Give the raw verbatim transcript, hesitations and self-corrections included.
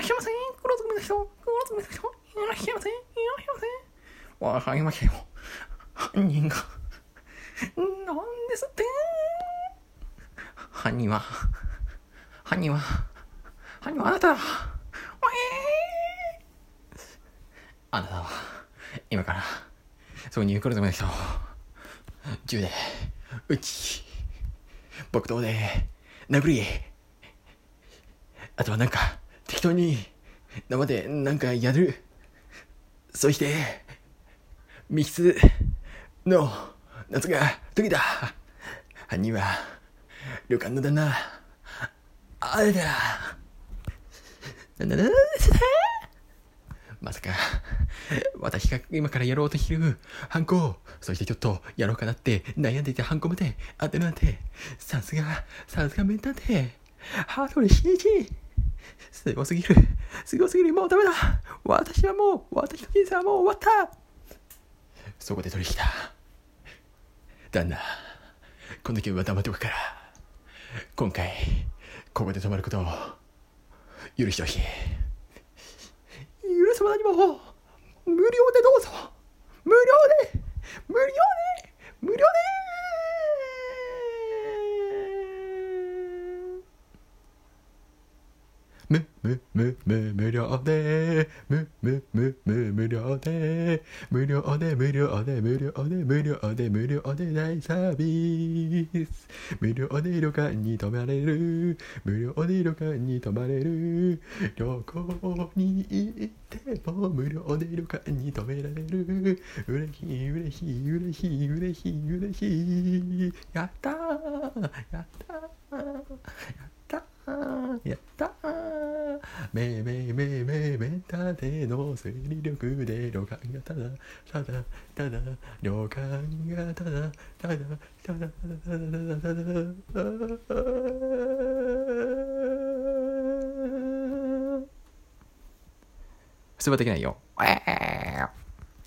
っしゃいませ。黒ずくめの人、黒ずくめの人、いらっしゃいませ。いらっしゃいませ。わかりましたよ。犯人が、なんですって。犯人は、犯人は、犯人はあなただ。あなたは、今から、そこにいる黒ずくめの人を、銃で、撃ち、木刀で、殴り、あとはなんか、適当に、生でなんかやる。そして、密室の夏が解けた。犯人は、旅館の旦那、あれだ。なんだなんだまさか、私が今からやろうとしている犯行、そしてちょっとやろうかなって悩んでいた犯行まで当てるなんて、さすが、さすが名探偵、羽鳥慎一。すごすぎる、すごすぎる、もうダメだ。私はもう、私の人生はもう終わった。そこで取り引いた。旦那、この件は黙っておくから、今回、ここで泊まることを許してほしい。許せば何も、無料でどうぞ。無料で、無料で、無料で。む、む、む、む、無料で、む、む、む、む、無料で、無料で、無料で、無料で、無料で、無料で大サービス。無料で旅館に泊まれる。無料で旅館に泊まれる。旅行に行っても無料で旅館に泊められる。嬉しい、嬉しい、嬉しい、嬉しい、嬉しい。やったー、やったー、やったー、やったー。めいめいめいめいめんたての推理力で旅館がただただただ旅館がただただただただただただただ普通はできないよ。